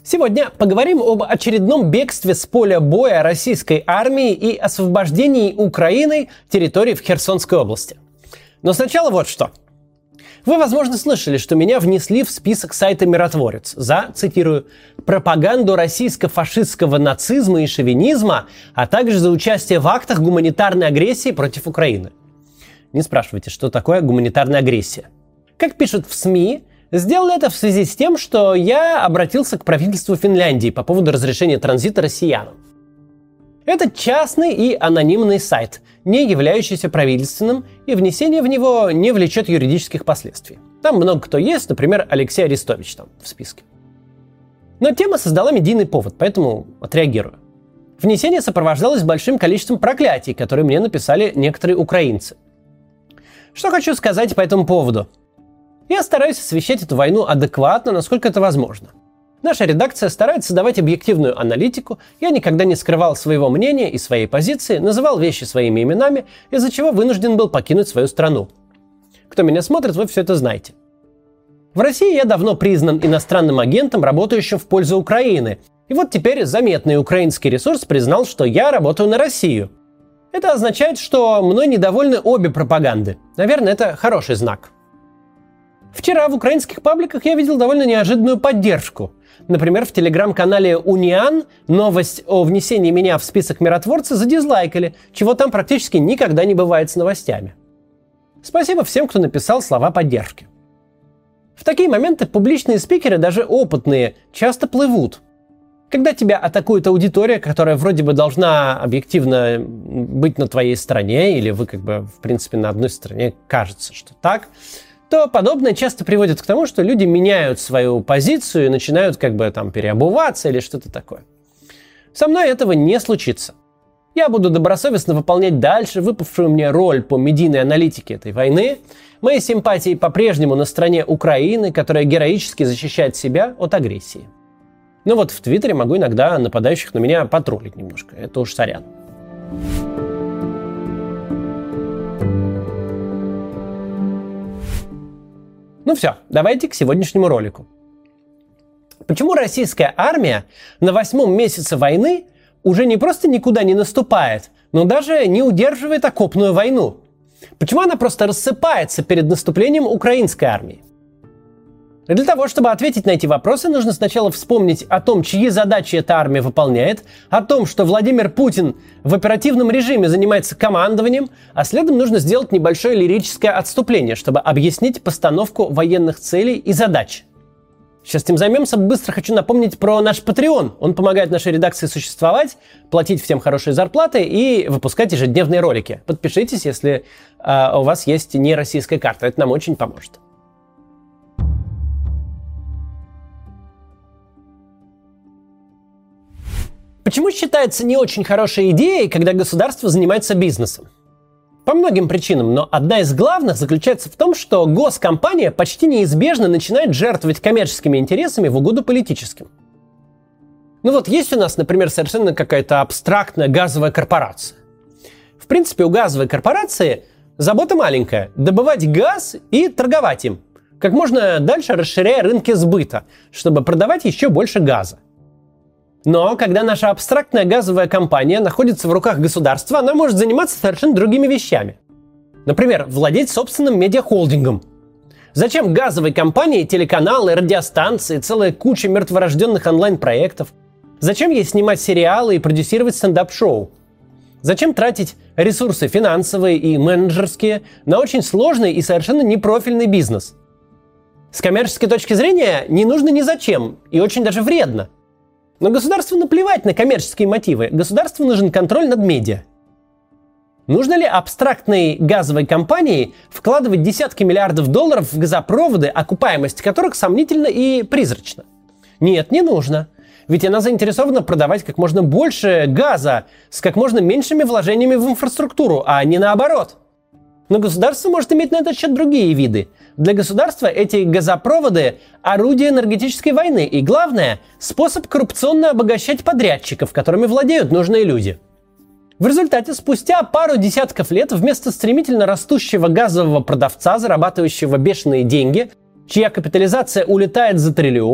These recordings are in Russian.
Сегодня поговорим об очередном бегстве с поля боя российской армии и освобождении Украиной территорий в Херсонской области. Но сначала вот что. Вы, возможно, слышали, что меня внесли в список сайта «Миротворец» за, цитирую, «пропаганду российско-фашистского нацизма и шовинизма, а также за участие в актах гуманитарной агрессии против Украины». Не спрашивайте, что такое гуманитарная агрессия. Как пишут в СМИ, сделали это в связи с тем, что я обратился к правительству Финляндии по поводу разрешения транзита россиянам. Это частный и анонимный сайт, не являющийся правительственным, и внесение в него не влечет юридических последствий. Там много кто есть, например, Алексей Арестович там в списке. Но тема создала медийный повод, поэтому отреагирую. Внесение сопровождалось большим количеством проклятий, которые мне написали некоторые украинцы. Что хочу сказать по этому поводу? Я стараюсь освещать эту войну адекватно, насколько это возможно. Наша редакция старается давать объективную аналитику, я никогда не скрывал своего мнения и своей позиции, называл вещи своими именами, из-за чего вынужден был покинуть свою страну. Кто меня смотрит, вы все это знаете. В России я давно признан иностранным агентом, работающим в пользу Украины. И вот теперь заметный украинский ресурс признал, что я работаю на Россию. Это означает, что мной недовольны обе пропаганды. Наверное, это хороший знак. Вчера в украинских пабликах я видел довольно неожиданную поддержку. Например, в телеграм-канале «Униан» новость о внесении меня в список миротворца задизлайкали, чего там практически никогда не бывает с новостями. Спасибо всем, кто написал слова поддержки. В такие моменты публичные спикеры, даже опытные, часто плывут. Когда тебя атакует аудитория, которая вроде бы должна объективно быть на твоей стороне, или вы в принципе на одной стороне, кажется, что так, то подобное часто приводит к тому, что люди меняют свою позицию и начинают переобуваться или что-то такое. Со мной этого не случится. Я буду добросовестно выполнять дальше выпавшую мне роль по медийной аналитике этой войны. Мои симпатии по-прежнему на стороне Украины, которая героически защищает себя от агрессии. Но вот в Твиттере могу иногда нападающих на меня потроллить немножко. Это уж сорян. Ну все, давайте к сегодняшнему ролику. Почему российская армия на 8-м месяце войны уже не просто никуда не наступает, но даже не удерживает окопную войну? Почему она просто рассыпается перед наступлением украинской армии? Для того, чтобы ответить на эти вопросы, нужно сначала вспомнить о том, чьи задачи эта армия выполняет, о том, что Владимир Путин в оперативном режиме занимается командованием, а следом нужно сделать небольшое лирическое отступление, чтобы объяснить постановку военных целей и задач. Сейчас этим займемся. Быстро хочу напомнить про наш Patreon. Он помогает нашей редакции существовать, платить всем хорошие зарплаты и выпускать ежедневные ролики. Подпишитесь, если у вас есть не российская карта. Это нам очень поможет. Почему считается не очень хорошей идеей, когда государство занимается бизнесом? По многим причинам, но одна из главных заключается в том, что госкомпания почти неизбежно начинает жертвовать коммерческими интересами в угоду политическим. Есть у нас, например, совершенно какая-то абстрактная газовая корпорация. В принципе, у газовой корпорации забота маленькая – добывать газ и торговать им, как можно дальше расширяя рынки сбыта, чтобы продавать еще больше газа. Но когда наша абстрактная газовая компания находится в руках государства, она может заниматься совершенно другими вещами. Например, владеть собственным медиахолдингом. Зачем газовой компании телеканалы, радиостанции, целая куча мертворожденных онлайн-проектов? Зачем ей снимать сериалы и продюсировать стендап-шоу? Зачем тратить ресурсы финансовые и менеджерские на очень сложный и совершенно непрофильный бизнес? С коммерческой точки зрения не нужно ни зачем и очень даже вредно. Но государству наплевать на коммерческие мотивы. Государству нужен контроль над медиа. Нужно ли абстрактной газовой компании вкладывать десятки миллиардов долларов в газопроводы, окупаемость которых сомнительна и призрачна? Нет, не нужно. Ведь она заинтересована продавать как можно больше газа с как можно меньшими вложениями в инфраструктуру, а не наоборот. Но государство может иметь на этот счет другие виды. Для государства эти газопроводы – орудие энергетической войны и, главное, способ коррупционно обогащать подрядчиков, которыми владеют нужные люди. В результате, спустя пару десятков лет, вместо стремительно растущего газового продавца, зарабатывающего бешеные деньги, чья капитализация улетает за триллион,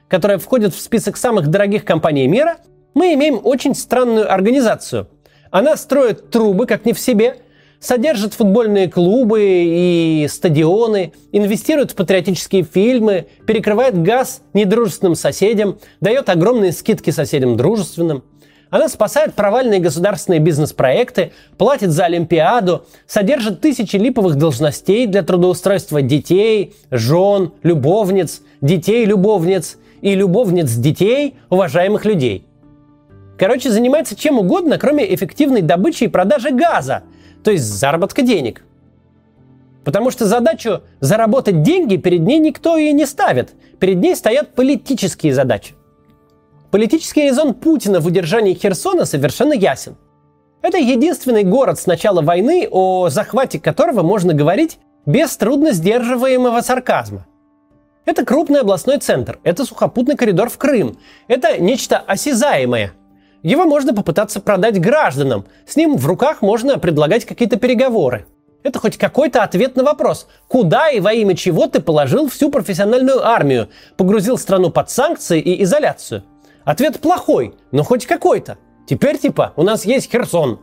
которая входит в список самых дорогих компаний мира, мы имеем очень странную организацию. Она строит трубы, как не в себе, содержит футбольные клубы и стадионы, инвестирует в патриотические фильмы, перекрывает газ недружественным соседям, дает огромные скидки соседям дружественным. Она спасает провальные государственные бизнес-проекты, платит за Олимпиаду, содержит тысячи липовых должностей для трудоустройства детей, жен, любовниц, детей-любовниц и любовниц детей уважаемых людей. Короче, занимается чем угодно, кроме эффективной добычи и продажи газа, то есть заработка денег. Потому что задачу заработать деньги перед ней никто и не ставит. Перед ней стоят политические задачи. Политический резон Путина в удержании Херсона совершенно ясен. Это единственный город с начала войны, о захвате которого можно говорить без трудно сдерживаемого сарказма. Это крупный областной центр, это сухопутный коридор в Крым, это нечто осязаемое. Его можно попытаться продать гражданам, с ним в руках можно предлагать какие-то переговоры. Это хоть какой-то ответ на вопрос, куда и во имя чего ты положил всю профессиональную армию, погрузил страну под санкции и изоляцию. Ответ плохой, но хоть какой-то. Теперь у нас есть Херсон.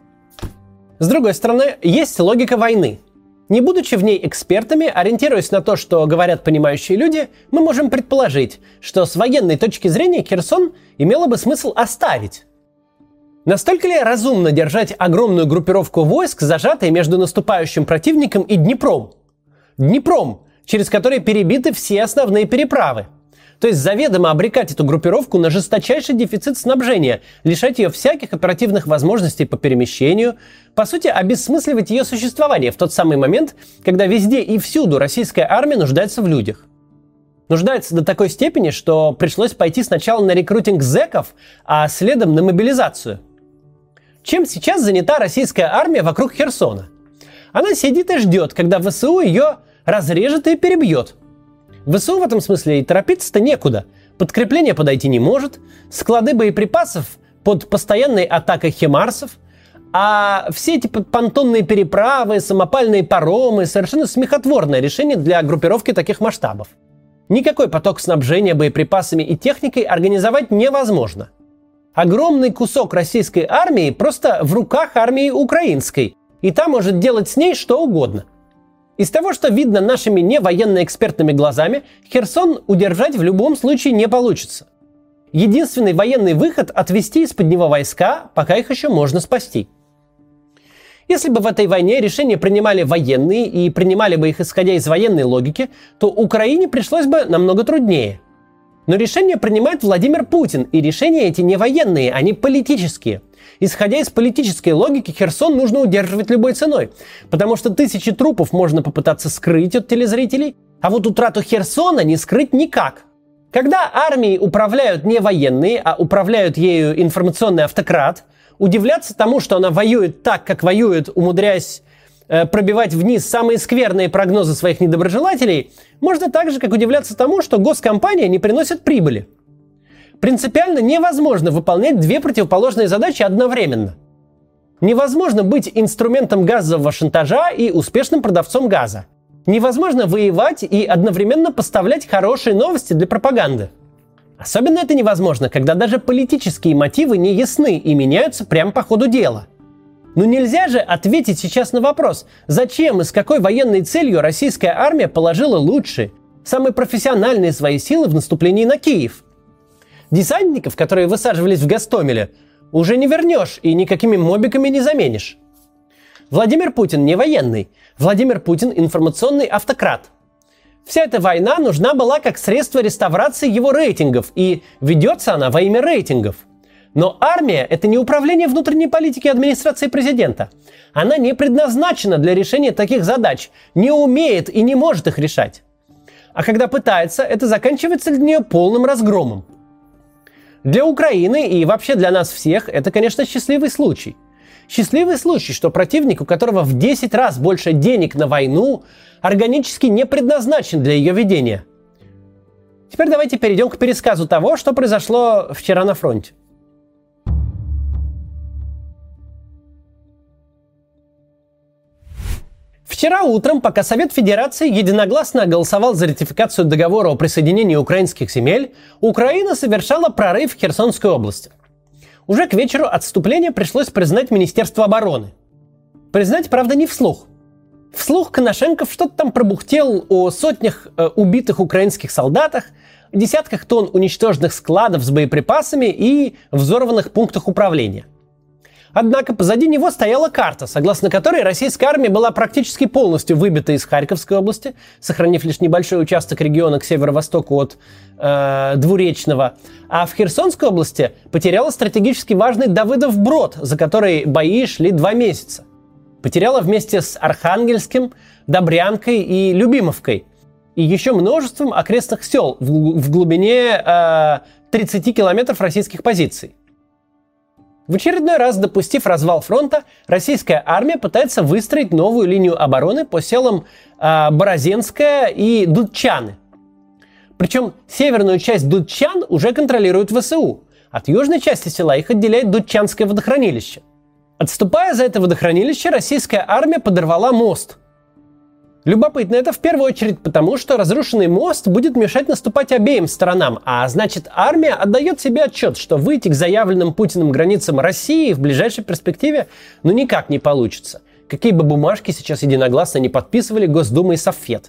С другой стороны, есть логика войны. Не будучи в ней экспертами, ориентируясь на то, что говорят понимающие люди, мы можем предположить, что с военной точки зрения Херсон имело бы смысл оставить. Настолько ли разумно держать огромную группировку войск, зажатой между наступающим противником и Днепром? Днепром, через который перебиты все основные переправы. То есть заведомо обрекать эту группировку на жесточайший дефицит снабжения, лишать ее всяких оперативных возможностей по перемещению, по сути, обессмысливать ее существование в тот самый момент, когда везде и всюду российская армия нуждается в людях. Нуждается до такой степени, что пришлось пойти сначала на рекрутинг зэков, а следом на мобилизацию. Чем сейчас занята российская армия вокруг Херсона? Она сидит и ждет, когда ВСУ ее разрежет и перебьет. ВСУ в этом смысле и торопиться-то некуда. Подкрепление подойти не может, склады боеприпасов под постоянной атакой химарсов, а все эти понтонные переправы, самопальные паромы – совершенно смехотворное решение для группировки таких масштабов. Никакой поток снабжения боеприпасами и техникой организовать невозможно. Огромный кусок российской армии просто в руках армии украинской, и та может делать с ней что угодно. Из того, что видно нашими невоенно-экспертными глазами, Херсон удержать в любом случае не получится. Единственный военный выход – отвести из-под него войска, пока их еще можно спасти. Если бы в этой войне решения принимали военные и принимали бы их исходя из военной логики, то Украине пришлось бы намного труднее. Но решения принимает Владимир Путин, и решения эти не военные, они политические. Исходя из политической логики, Херсон нужно удерживать любой ценой, потому что тысячи трупов можно попытаться скрыть от телезрителей, а вот утрату Херсона не скрыть никак. Когда армией управляют не военные, а управляют ею информационный автократ, удивляться тому, что она воюет так, как воюет, умудряясь пробивать вниз самые скверные прогнозы своих недоброжелателей, можно так же, как удивляться тому, что госкомпания не приносит прибыли. Принципиально невозможно выполнять две противоположные задачи одновременно. Невозможно быть инструментом газового шантажа и успешным продавцом газа. Невозможно воевать и одновременно поставлять хорошие новости для пропаганды. Особенно это невозможно, когда даже политические мотивы не ясны и меняются прямо по ходу дела. Но нельзя же ответить сейчас на вопрос, зачем и с какой военной целью российская армия положила лучшие, самые профессиональные свои силы в наступлении на Киев. Десантников, которые высаживались в Гостомеле, уже не вернешь и никакими мобиками не заменишь. Владимир Путин не военный. Владимир Путин информационный автократ. Вся эта война нужна была как средство реставрации его рейтингов, и ведется она во имя рейтингов. Но армия – это не управление внутренней политики администрации президента. Она не предназначена для решения таких задач, не умеет и не может их решать. А когда пытается, это заканчивается для нее полным разгромом. Для Украины и вообще для нас всех это, конечно, счастливый случай. Счастливый случай, что противник, у которого в 10 раз больше денег на войну, органически не предназначен для ее ведения. Теперь давайте перейдем к пересказу того, что произошло вчера на фронте. Вчера утром, пока Совет Федерации единогласно голосовал за ратификацию договора о присоединении украинских земель, Украина совершала прорыв в Херсонской области. Уже к вечеру отступление пришлось признать Министерство обороны. Признать, правда, не вслух. Вслух Коношенков что-то там пробухтел о сотнях убитых украинских солдатах, десятках тонн уничтоженных складов с боеприпасами и взорванных пунктах управления. Однако позади него стояла карта, согласно которой российская армия была практически полностью выбита из Харьковской области, сохранив лишь небольшой участок региона к северо-востоку от Двуречного. А в Херсонской области потеряла стратегически важный Давыдов Брод, за который бои шли 2 месяца. Потеряла вместе с Архангельским, Добрянкой и Любимовкой. И еще множеством окрестных сел в глубине 30 километров российских позиций. В очередной раз, допустив развал фронта, российская армия пытается выстроить новую линию обороны по селам Борозенская и Дудчаны. Причем северную часть Дудчан уже контролирует ВСУ. От южной части села их отделяет Дудчанское водохранилище. Отступая за это водохранилище, российская армия подорвала мост. Любопытно это в первую очередь потому, что разрушенный мост будет мешать наступать обеим сторонам, а значит армия отдает себе отчет, что выйти к заявленным Путиным границам России в ближайшей перспективе никак не получится. Какие бы бумажки сейчас единогласно не подписывали Госдума и Совет.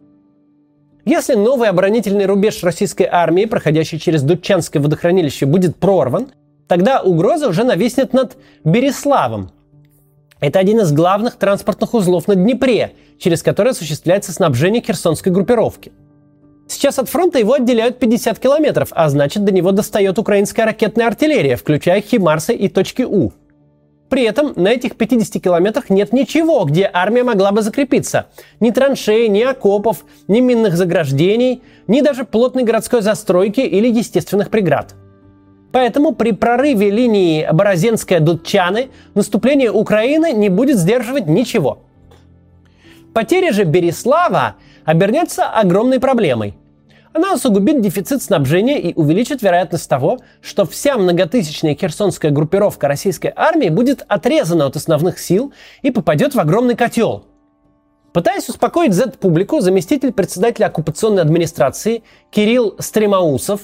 Если новый оборонительный рубеж российской армии, проходящий через Дудчанское водохранилище, будет прорван, тогда угроза уже нависнет над Береславом. Это один из главных транспортных узлов на Днепре, через который осуществляется снабжение херсонской группировки. Сейчас от фронта его отделяют 50 километров, а значит до него достает украинская ракетная артиллерия, включая Химарсы и точки У. При этом на этих 50 километрах нет ничего, где армия могла бы закрепиться. Ни траншей, ни окопов, ни минных заграждений, ни даже плотной городской застройки или естественных преград. Поэтому при прорыве линии Борозенская-Дудчаны наступление Украины не будет сдерживать ничего. Потеря же Береслава обернется огромной проблемой. Она усугубит дефицит снабжения и увеличит вероятность того, что вся многотысячная херсонская группировка российской армии будет отрезана от основных сил и попадет в огромный котел. Пытаясь успокоить Z-публику, заместитель председателя оккупационной администрации Кирилл Стремоусов,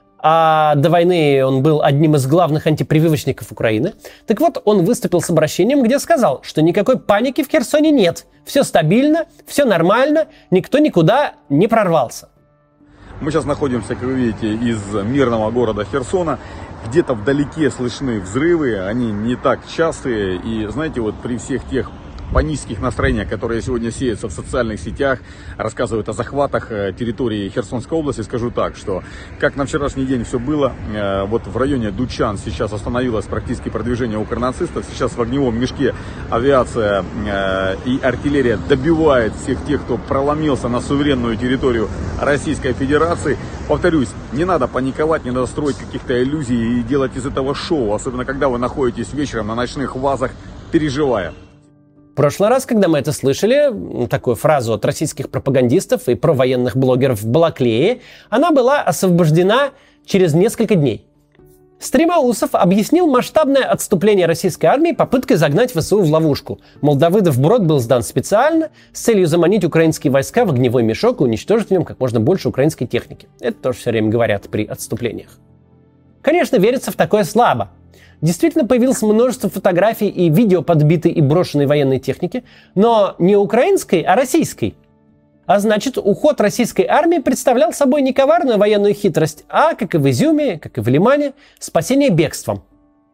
а до войны он был одним из главных антипрививочников Украины. Так вот, он выступил с обращением, где сказал, что никакой паники в Херсоне нет. Все стабильно, все нормально, никто никуда не прорвался. Мы сейчас находимся, как вы видите, из мирного города Херсона. Где-то вдалеке слышны взрывы, они не так частые. И знаете, вот при всех тех панических настроениях, которые сегодня сеются в социальных сетях, рассказывают о захватах территории Херсонской области, скажу так, что как на вчерашний день все было, вот в районе Дудчан сейчас остановилось практически продвижение укрнацистов, сейчас в огневом мешке авиация и артиллерия добивает всех тех, кто проломился на суверенную территорию Российской Федерации. Повторюсь, не надо паниковать, не надо строить каких-то иллюзий и делать из этого шоу, особенно когда вы находитесь вечером на ночных вазах, переживая. В прошлый раз, когда мы это слышали, такую фразу от российских пропагандистов и провоенных блогеров в Балаклее, она была освобождена через несколько дней. Стремоусов объяснил масштабное отступление российской армии попыткой загнать ВСУ в ловушку. Мол, Давыдов Брод был сдан специально с целью заманить украинские войска в огневой мешок и уничтожить в нем как можно больше украинской техники. Это тоже все время говорят при отступлениях. Конечно, верится в такое слабо. Действительно появилось множество фотографий и видео подбитой и брошенной военной техники, но не украинской, а российской. А значит, уход российской армии представлял собой не коварную военную хитрость, а, как и в Изюме, как и в Лимане, спасение бегством.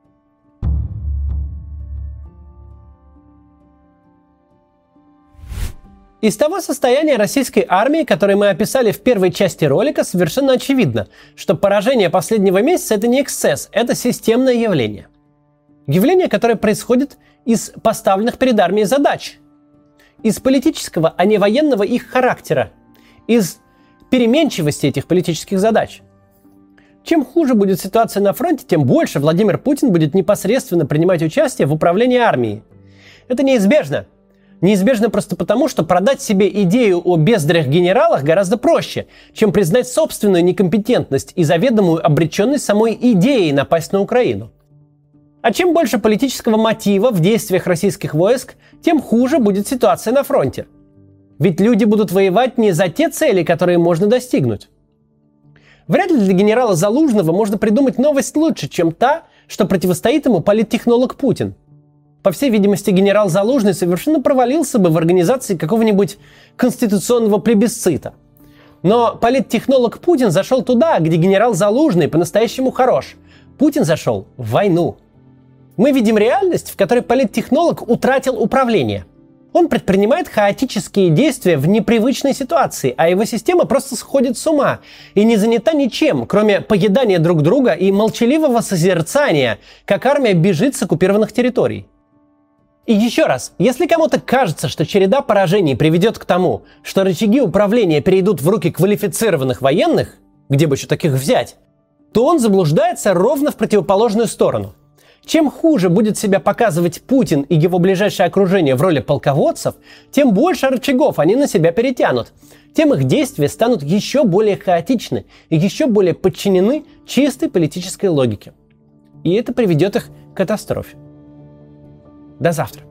Из того состояния российской армии, которое мы описали в первой части ролика, совершенно очевидно, что поражение последнего месяца – это не эксцесс, это системное явление. Явление, которое происходит из поставленных перед армией задач. Из политического, а не военного их характера. Из переменчивости этих политических задач. Чем хуже будет ситуация на фронте, тем больше Владимир Путин будет непосредственно принимать участие в управлении армией. Это неизбежно. Неизбежно просто потому, что продать себе идею о бездарях генералах гораздо проще, чем признать собственную некомпетентность и заведомую обреченность самой идеи напасть на Украину. А чем больше политического мотива в действиях российских войск, тем хуже будет ситуация на фронте. Ведь люди будут воевать не за те цели, которые можно достигнуть. Вряд ли для генерала Залужного можно придумать новость лучше, чем та, что противостоит ему политтехнолог Путин. По всей видимости, генерал Залужный совершенно провалился бы в организации какого-нибудь конституционного плебисцита. Но политтехнолог Путин зашел туда, где генерал Залужный по-настоящему хорош. Путин зашел в войну. Мы видим реальность, в которой политтехнолог утратил управление. Он предпринимает хаотические действия в непривычной ситуации, а его система просто сходит с ума и не занята ничем, кроме поедания друг друга и молчаливого созерцания, как армия бежит с оккупированных территорий. И еще раз, если кому-то кажется, что череда поражений приведет к тому, что рычаги управления перейдут в руки квалифицированных военных, где бы еще таких взять, то он заблуждается ровно в противоположную сторону. Чем хуже будет себя показывать Путин и его ближайшее окружение в роли полководцев, тем больше рычагов они на себя перетянут. Тем их действия станут еще более хаотичны и еще более подчинены чистой политической логике. И это приведет их к катастрофе. До завтра.